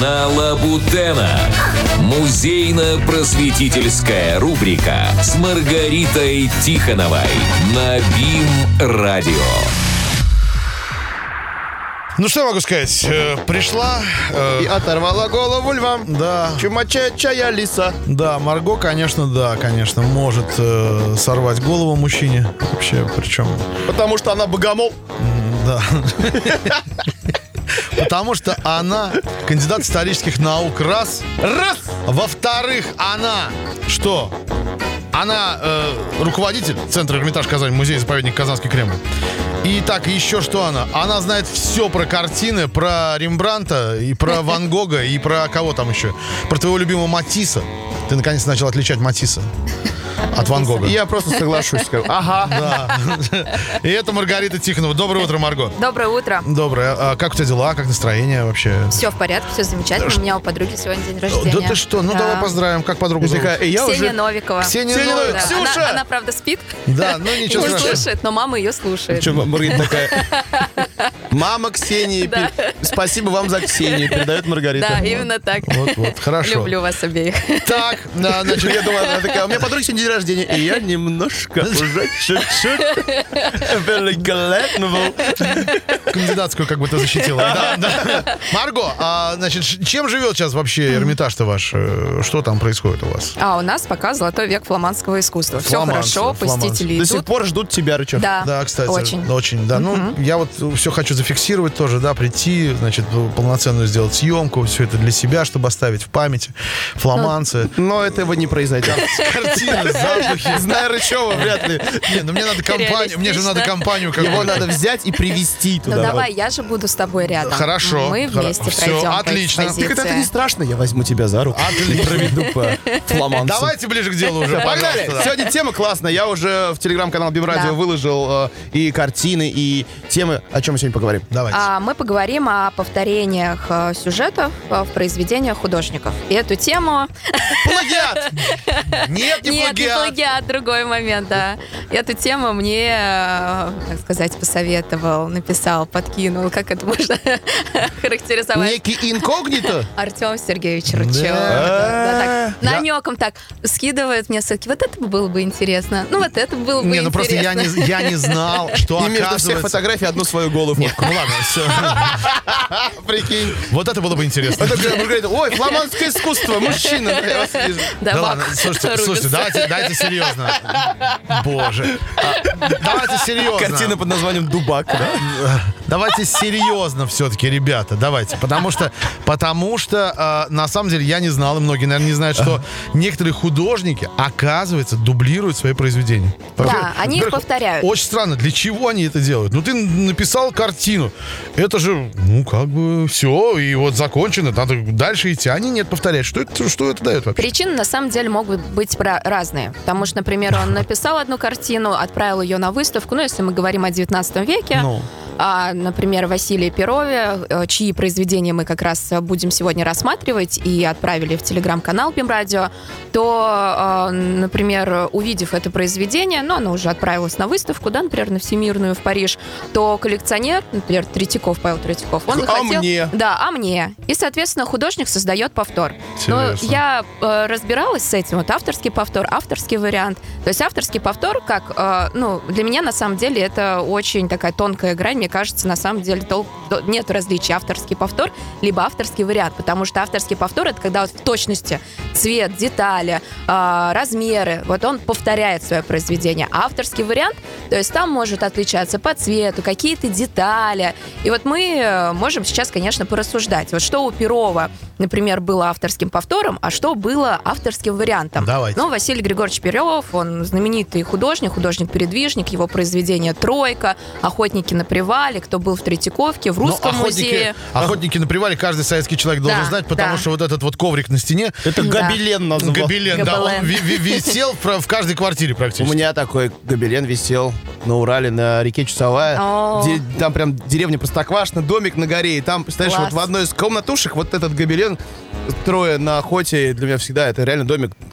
на Лабутенах. Музейно-просветительская рубрика с Маргаритой Тихоновой на БИМ-радио. Ну, что я могу сказать? Пришла... И оторвала голову львам. Да. Чумачая лиса. Да, Марго, конечно, может сорвать голову мужчине. Вообще, причем... Потому что она богомол. Да. Потому что она кандидат исторических наук. Раз. Во-вторых, она... Что? Она руководитель Центра Эрмитаж Казань, музей-заповедник Казанский Кремль. И так, еще что она? Она знает все про картины, про Рембрандта, и про Ван Гога, и про кого там еще? Про твоего любимого Матисса. Ты наконец начал отличать Матисса от Ван Гога. Я просто соглашусь. Скажу. Ага. Да. И это Маргарита Тихонова. Доброе утро, Марго. Доброе утро. Доброе. А как у тебя дела? Как настроение вообще? Все в порядке, все замечательно. У меня у подруги сегодня день рождения. Да ты что? Ну, давай поздравим. Как подругу зовут? Ксения Новикова. Ксения Новикова. Да. Ксюша! Она, правда, спит. Да, ну ничего Не страшного. слушает, но мама ее слушает. Что, Маргарита такая... Мама Ксении, спасибо вам за Ксению, передает Маргарита. Да, именно так. Вот, хорошо. Люблю вас обеих. Так, значит, Я думаю, она такая, у меня подруга сегодня день рождения, и я немножко уже чуть-чуть великолепного. кандидатскую как бы ты защитила. Да. Марго, значит, чем живет сейчас вообще Эрмитаж-то ваш? Что там происходит у вас? А у нас пока золотой век фламандского искусства. Все хорошо, посетители До сих идут. пор ждут тебя, Рычев. Да, кстати. Очень. Да. Ну, я вот все хочу зафиксировать тоже, да, прийти, значит, полноценную сделать съемку, все это для себя, чтобы оставить в памяти. Фламандцы. Но этого не произойдет. Картины, запахи. Зная Рычева, вряд ли. Не, ну мне надо компанию, мне же надо компанию какую-то. Его надо взять и привести Ну туда. давай, я же буду с тобой рядом. Хорошо. Мы вместе Всё, пройдем отлично. по Так это не экспозиции. страшно, я возьму тебя за руку. Отлично. Проведу по фламандцу. Давайте ближе к делу уже, Погнали! пожалуйста. Да. Сегодня тема классная. Я уже в телеграм-канал БИМ-радио Да. выложил и картины, и темы. О чем мы сегодня поговорим? Давайте. Мы поговорим о повторениях сюжетов в произведениях художников. И эту тему... Плагиат! Нет, не Нет, не плагиат. плагиат, другой момент, да. Эту тему мне, так сказать, посоветовал, написал, подкинул, как это можно характеризовать. Некий инкогнито? Артем Сергеевич Рычев. Да. Намеком так скидывает мне ссылки. Вот это было бы интересно. Ну, вот это было бы Не, ну интересно. просто я не знал, что И между всех оказывается... фотографий одну свою голую фотку. Ну ладно, все. Прикинь. Вот это было бы интересно. Это когда говорит, ой, фламандское искусство, мужчина. Я вас вижу. Да Бак ладно, слушайте, рубится. давайте серьезно. Боже. Давайте серьезно. Картина под названием «Дубак». да? Давайте серьезно все-таки, ребята, давайте. Потому что на самом деле я не знал, и многие, наверное, не знают, что некоторые художники, оказывается, дублируют свои произведения. Да, они их Во-первых, повторяют. Очень странно, для чего они это делают? Ну, ты написал картину, это же, ну, как бы все, и вот закончено, надо дальше идти. Они нет, повторять. Что это дает вообще? Причины, на самом деле, могут быть разные. Потому что, например, он написал одну картину, отправил ее на выставку, ну, если мы говорим о 19 веке, Ну. например, Василии Перове, чьи произведения мы как раз будем сегодня рассматривать и отправили в телеграм-канал БИМ-радио, то, например, увидев это произведение, ну, оно уже отправилось на выставку, да, например, на Всемирную в Париж, то коллекционер, например, Павел Третьяков, он захотел... мне. Да, а мне. И, соответственно, художник создает повтор. Но Интересно. я разбиралась с этим. Вот авторский повтор, авторский вариант. То есть авторский повтор, как, для меня, на самом деле, это очень такая тонкая грань. Мне кажется, на самом деле нет различия авторский повтор либо авторский вариант, потому что авторский повтор — это когда вот в точности цвет, детали, размеры, вот он повторяет свое произведение. А авторский вариант, то есть там может отличаться по цвету, какие-то детали. И вот мы можем сейчас, конечно, порассуждать. Вот что у Перова, например, было авторским повтором, а что было авторским вариантом. Давайте. Ну, Василий Григорьевич Перов, он знаменитый художник-передвижник, его произведение «Тройка», «Охотники на привале», кто был в Третьяковке, в Русском музее. Охотники на привале каждый советский человек должен Да, знать, потому да. что вот этот вот коврик на стене, Это гобелен назвал. гобелен, да, он Гобелен. висел в каждой квартире У практически. меня такой гобелен висел на Урале, на реке Чусовая. О. Там прям деревня Простоквашино, домик на горе. И там, представляешь, Класс. вот в одной из комнатушек вот этот гобелен, трое на охоте. Для меня всегда это реально домик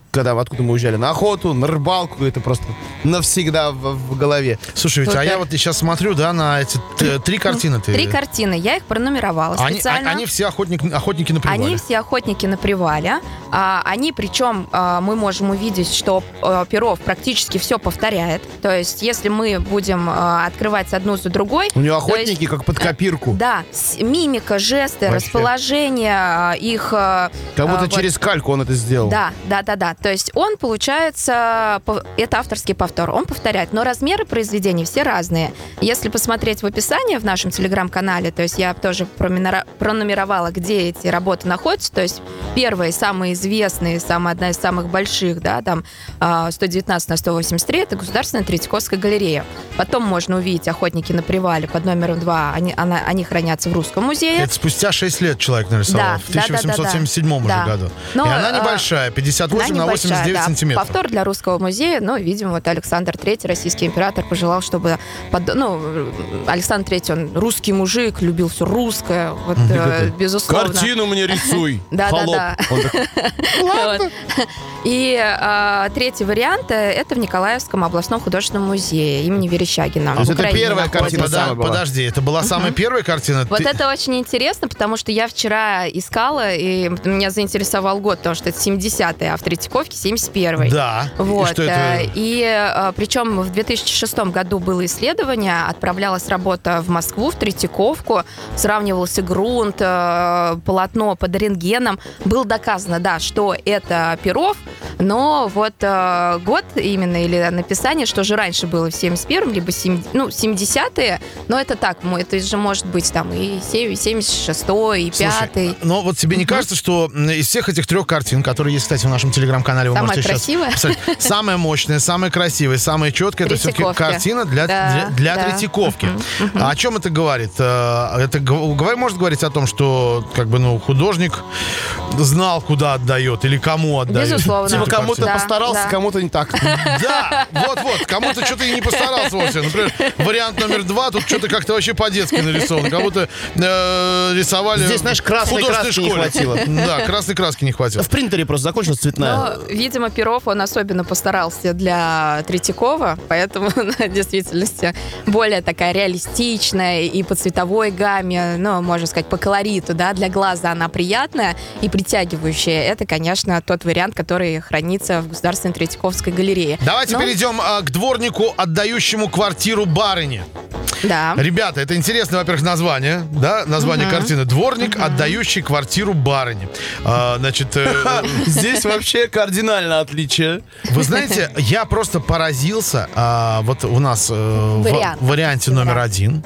откуда мы уезжали на охоту, на рыбалку, это просто навсегда в голове. Слушай, ведь, а я вот сейчас смотрю, да, на эти 3 картины. 3 картины, я их пронумеровала специально. Они все охотники на привале. Они все охотники на привале. Они, причем, мы можем увидеть, что Перов практически все повторяет. То есть, если мы будем открывать одну за другой... У него охотники как под копирку. Да, мимика, жесты, вообще расположение их... Как будто через кальку он это сделал. Да. То есть он, получается, это авторский повтор, он повторяет, но размеры произведений все разные. Если посмотреть в описании в нашем телеграм-канале, то есть я тоже пронумеровала, где эти работы находятся, то есть первые, самые известные, одна из самых больших, да, там 119 на 183, это Государственная Третьяковская галерея. Потом можно увидеть «Охотники на привале» под номером 2, они хранятся в Русском музее. Это спустя 6 лет человек нарисовал, в 1877 уже году. Но, и она небольшая, 58 на 89 сантиметров. Повтор для Русского музея, но, видимо, вот Александр III, российский император, пожелал, чтобы... Александр III, он русский мужик, любил все русское, вот, безусловно. Картину мне рисуй, Да. И третий вариант, это в Николаевском областном художественном музее имени Верещагина. То есть это первая картина самая была? Подожди, это была самая первая картина? Вот это очень интересно, потому что я вчера искала, и меня заинтересовал год, потому что это 70-й, а в Третьяковке 71-й. Да. Вот. И что это? И причем в 2006 году было исследование, отправлялась работа в Москву, в Третьяковку, сравнивался грунт, полотно под рентгеном. Было доказано, да, что это Перов, но вот год именно, или написание, что же раньше было в 71-м, либо 70-е, но это так, это же может быть там и 76-й, и 5-й. Но вот тебе не кажется, что из всех этих 3 картин, которые есть, кстати, в нашем телеграм-канале, вы можете красивая? Сейчас... Самая мощная, самая красивая, самая четкая, это все-таки картина для Третьяковки. А о чем это говорит? Это может говорить о том, что художник знал, куда отдает или кому отдает. Безусловно. Типа кому-то постарался, кому-то не так. Да, вот, кому-то что-то и не постарался вовсе. Например, вариант номер 2, тут что-то как-то вообще по-детски нарисовано. Как будто рисовали здесь, знаешь, красной краски не хватило. Да, красной краски не хватило. В принтере просто закончилась цветная. Но, видимо, Перов, он особенно постарался для Третьякова, поэтому в действительности более такая реалистичная и по цветовой гамме, можно сказать, по колориту, да, для глаза она приятная и притягивающая. Это, конечно, тот вариант, который хранится в Государственной Третьяковской галерее. Давайте перейдем к дворнику, отдающему квартиру барыне. Да. Ребята, это интересное, во-первых, название, да, название картины. Дворник, отдающий квартиру барыне. Здесь вообще кардинальное отличие. Вы знаете, я просто поразился. Вот у нас в варианте номер 1,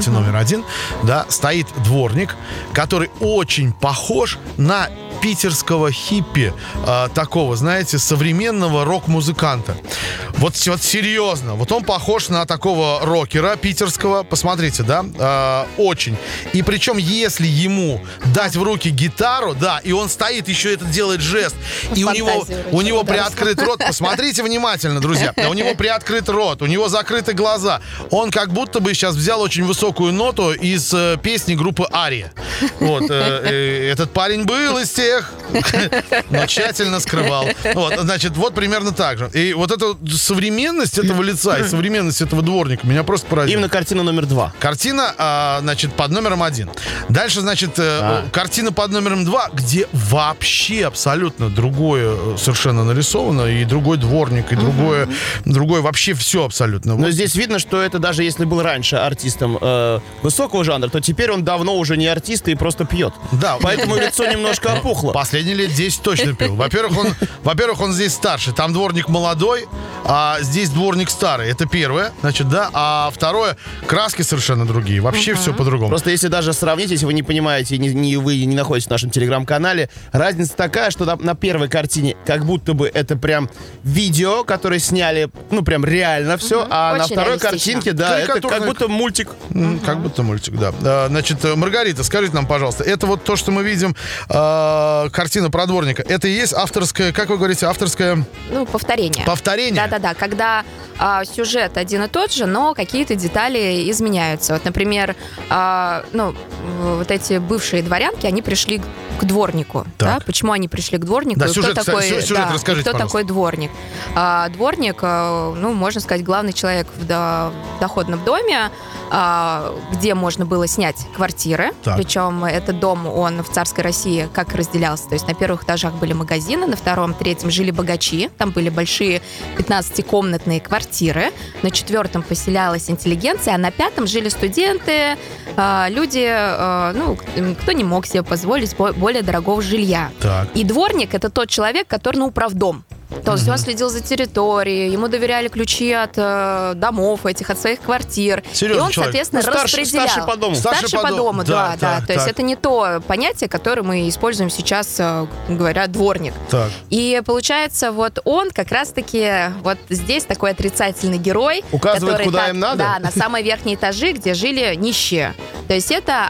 да, стоит дворник, который очень похож на питерского хиппи, такого, знаете, современного рок-музыканта. Вот серьезно. Вот он похож на такого рокера питерского. Посмотрите, да? Очень. И причем, если ему дать в руки гитару, да, и он стоит, еще это делает жест, и у него приоткрыт рот. Посмотрите внимательно, друзья. У него приоткрыт рот, у него закрыты глаза. Он как будто бы сейчас взял очень высокую ноту из песни группы Ария. Вот. Этот парень был из тех, но тщательно скрывал. Вот примерно так же. И вот эта современность этого лица и современность этого дворника меня просто поразила. Именно картина номер 2. Картина, под номером 1. Дальше, картина под номером 2, где вообще абсолютно другое совершенно нарисовано, и другой дворник, и другое вообще все абсолютно. Но здесь видно, что это даже если был раньше артистом высокого жанра, то теперь он давно уже не артист и просто пьет. Да. Поэтому лицо немножко опухло. Последние лет 10 точно пил. Во-первых, он здесь старше. Там дворник молодой, а здесь дворник старый. Это первое, да. А второе, краски совершенно другие. Вообще все по-другому. Просто если даже сравнить, если вы не понимаете, вы не находитесь в нашем телеграм-канале, разница такая, что на первой картине как будто бы это прям видео, которое сняли, прям реально все, а очень на второй картинке, да, это как будто мультик. Как будто мультик, да. Маргарита, скажите нам, пожалуйста, это вот то, что мы видим, картина про дворника, это и есть авторское, как вы говорите, авторское... Повторение. Повторение? Да-да-да, когда сюжет один и тот же, но какие-то детали изменяются. Вот, например, вот эти бывшие дворянки, они пришли к дворнику. Да? Почему они пришли к дворнику? Да, и сюжет, кто такой, сюжет расскажите, кто пожалуйста. такой дворник? Дворник, можно сказать, главный человек в доходном доме, где можно было снять квартиры. Так. Причем этот дом, он в царской России как разделялся. То есть на первых этажах были магазины, на втором, третьем жили богачи. Там были большие 15-комнатные квартиры. На четвертом поселялась интеллигенция, а на пятом жили студенты, люди, кто не мог себе позволить более дорогого жилья. Так. И дворник — это тот человек, который на управдом. То есть он следил за территорией, ему доверяли ключи от домов этих, от своих квартир. Серьезный и он, человек. соответственно, распределял. Старший по дому. Старший по дому, да. То есть это не то понятие, которое мы используем сейчас, говоря, дворник. Так. И получается, вот он как раз-таки вот здесь такой отрицательный герой. Указывает, который куда им надо? Да, на самые верхние этажи, где жили нищие. То есть это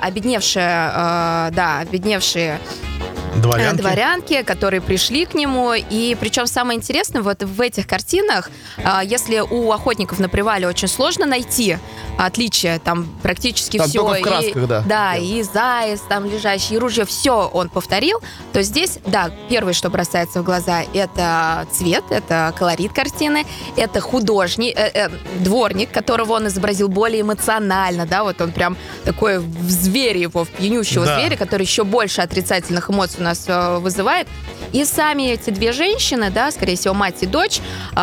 обедневшие дворянки, которые пришли к нему. И причем самое интересное, вот в этих картинах, если у охотников на привале очень сложно найти отличия, там практически там все. только в красках, Да, и заяц там лежащий, и ружье, все он повторил. То здесь, да, первое, что бросается в глаза, это цвет, это колорит картины, это художник, дворник, которого он изобразил более эмоционально, да, вот он прям такой в звере его, в пьянющего зверя, который еще больше отрицательных эмоций у нас вызывает. И сами эти две женщины, да, скорее всего, мать и дочь,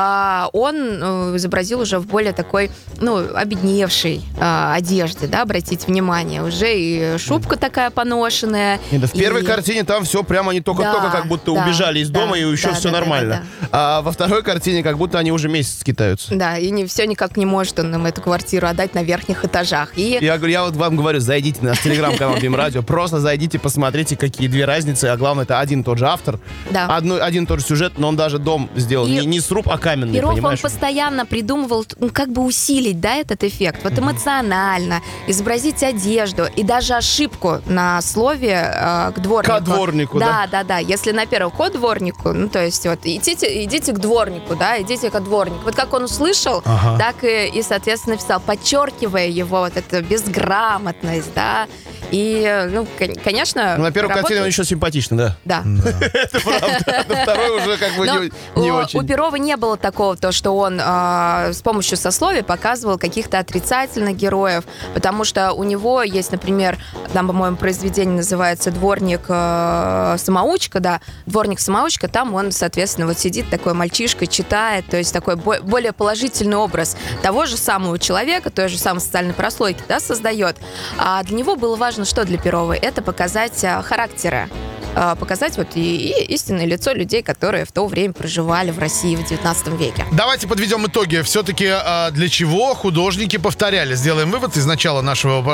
он изобразил уже в более такой, обедневшей одежде, да, обратите внимание. Уже и шубка такая поношенная. В первой картине там все прямо они только-только как будто убежали из дома, и еще все нормально. А во второй картине как будто они уже месяц скитаются. Да, и все никак не может он им эту квартиру отдать на верхних этажах. Я вот вам говорю, зайдите на наш телеграм-канал Бим Радио, просто зайдите, посмотрите, какие две разницы, а главное, это один и тот же автор, один и тот же сюжет, но он даже дом сделал не сруб, а каменный, Перов, понимаешь? он постоянно придумывал, как бы усилить, да, этот эффект, вот эмоционально, изобразить одежду и даже ошибку на слове к дворнику. К дворнику, да? Да. Если на первом к дворнику, то есть вот идите к дворнику, да, идите к дворнику. Вот как он услышал, так и, соответственно, написал, подчеркивая его вот эту безграмотность, да. И, конечно... на первой картине он еще симпатичный, да? Да. Это правда. На второй уже как бы не очень. У Перова не было такого, что он с помощью сословия показывал каких-то отрицательных героев, потому что у него есть, например, там, по-моему, произведение называется «Дворник-самоучка», да, «Дворник-самоучка», там он, соответственно, вот сидит такой мальчишка, читает, то есть такой более положительный образ того же самого человека, той же самой социальной прослойки, да, создает. А для него было важно, что для Перова? Это показать характеры, показать вот и истинное лицо людей, которые в то время проживали в России в 19 веке. Давайте подведем итоги. Все-таки для чего художники повторяли? Сделаем вывод из начала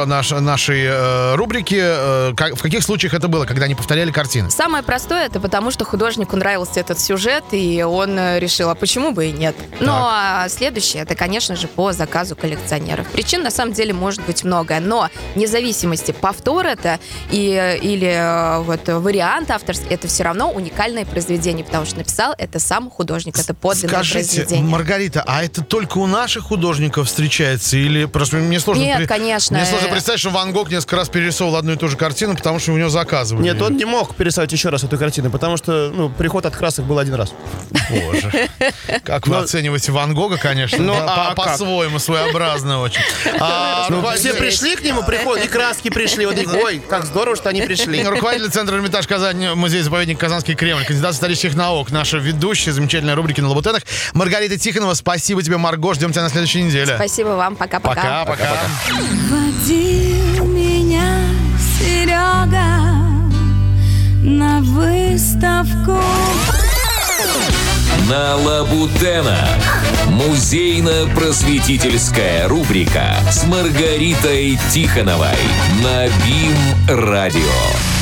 нашей рубрики. В каких случаях это было, когда они повторяли картины? Самое простое, это потому, что художнику нравился этот сюжет, и он решил, а почему бы и нет? Ну, а следующее, это, конечно же, по заказу коллекционеров. Причин, на самом деле, может быть много, но вне зависимости, повтор это или вот вариант авторский, это все равно уникальное произведение, потому что написал это сам художник, это подлинное произведение. Скажите, Маргарита, а это только у наших художников встречается? Или просто мне сложно... Нет, конечно. Мне сложно представить, что Ван Гог несколько раз перерисовывал одну и ту же картину, потому что у него заказывали. Нет, он не мог перерисовать еще раз эту картину, потому что приход от красок был один раз. Боже. Как вы оцениваете Ван Гога, конечно, по-своему, своеобразно очень. Все пришли к нему, приходят, и краски пришли. Ой, как здорово, что они пришли. Руководитель Центра Эрмитаж Казань, музей-заповедник Казанский Кремль, кандидат исторических наук, наша ведущая, замечательная рубрики на Лабутенах. Маргарита Тихонова, спасибо тебе, Марго, ждем тебя на следующей неделе. Спасибо вам, пока-пока. Пока-пока. Водил меня Серега на выставку. На Лабутенах. Музейно-просветительская рубрика с Маргаритой Тихоновой на БИМ Радио.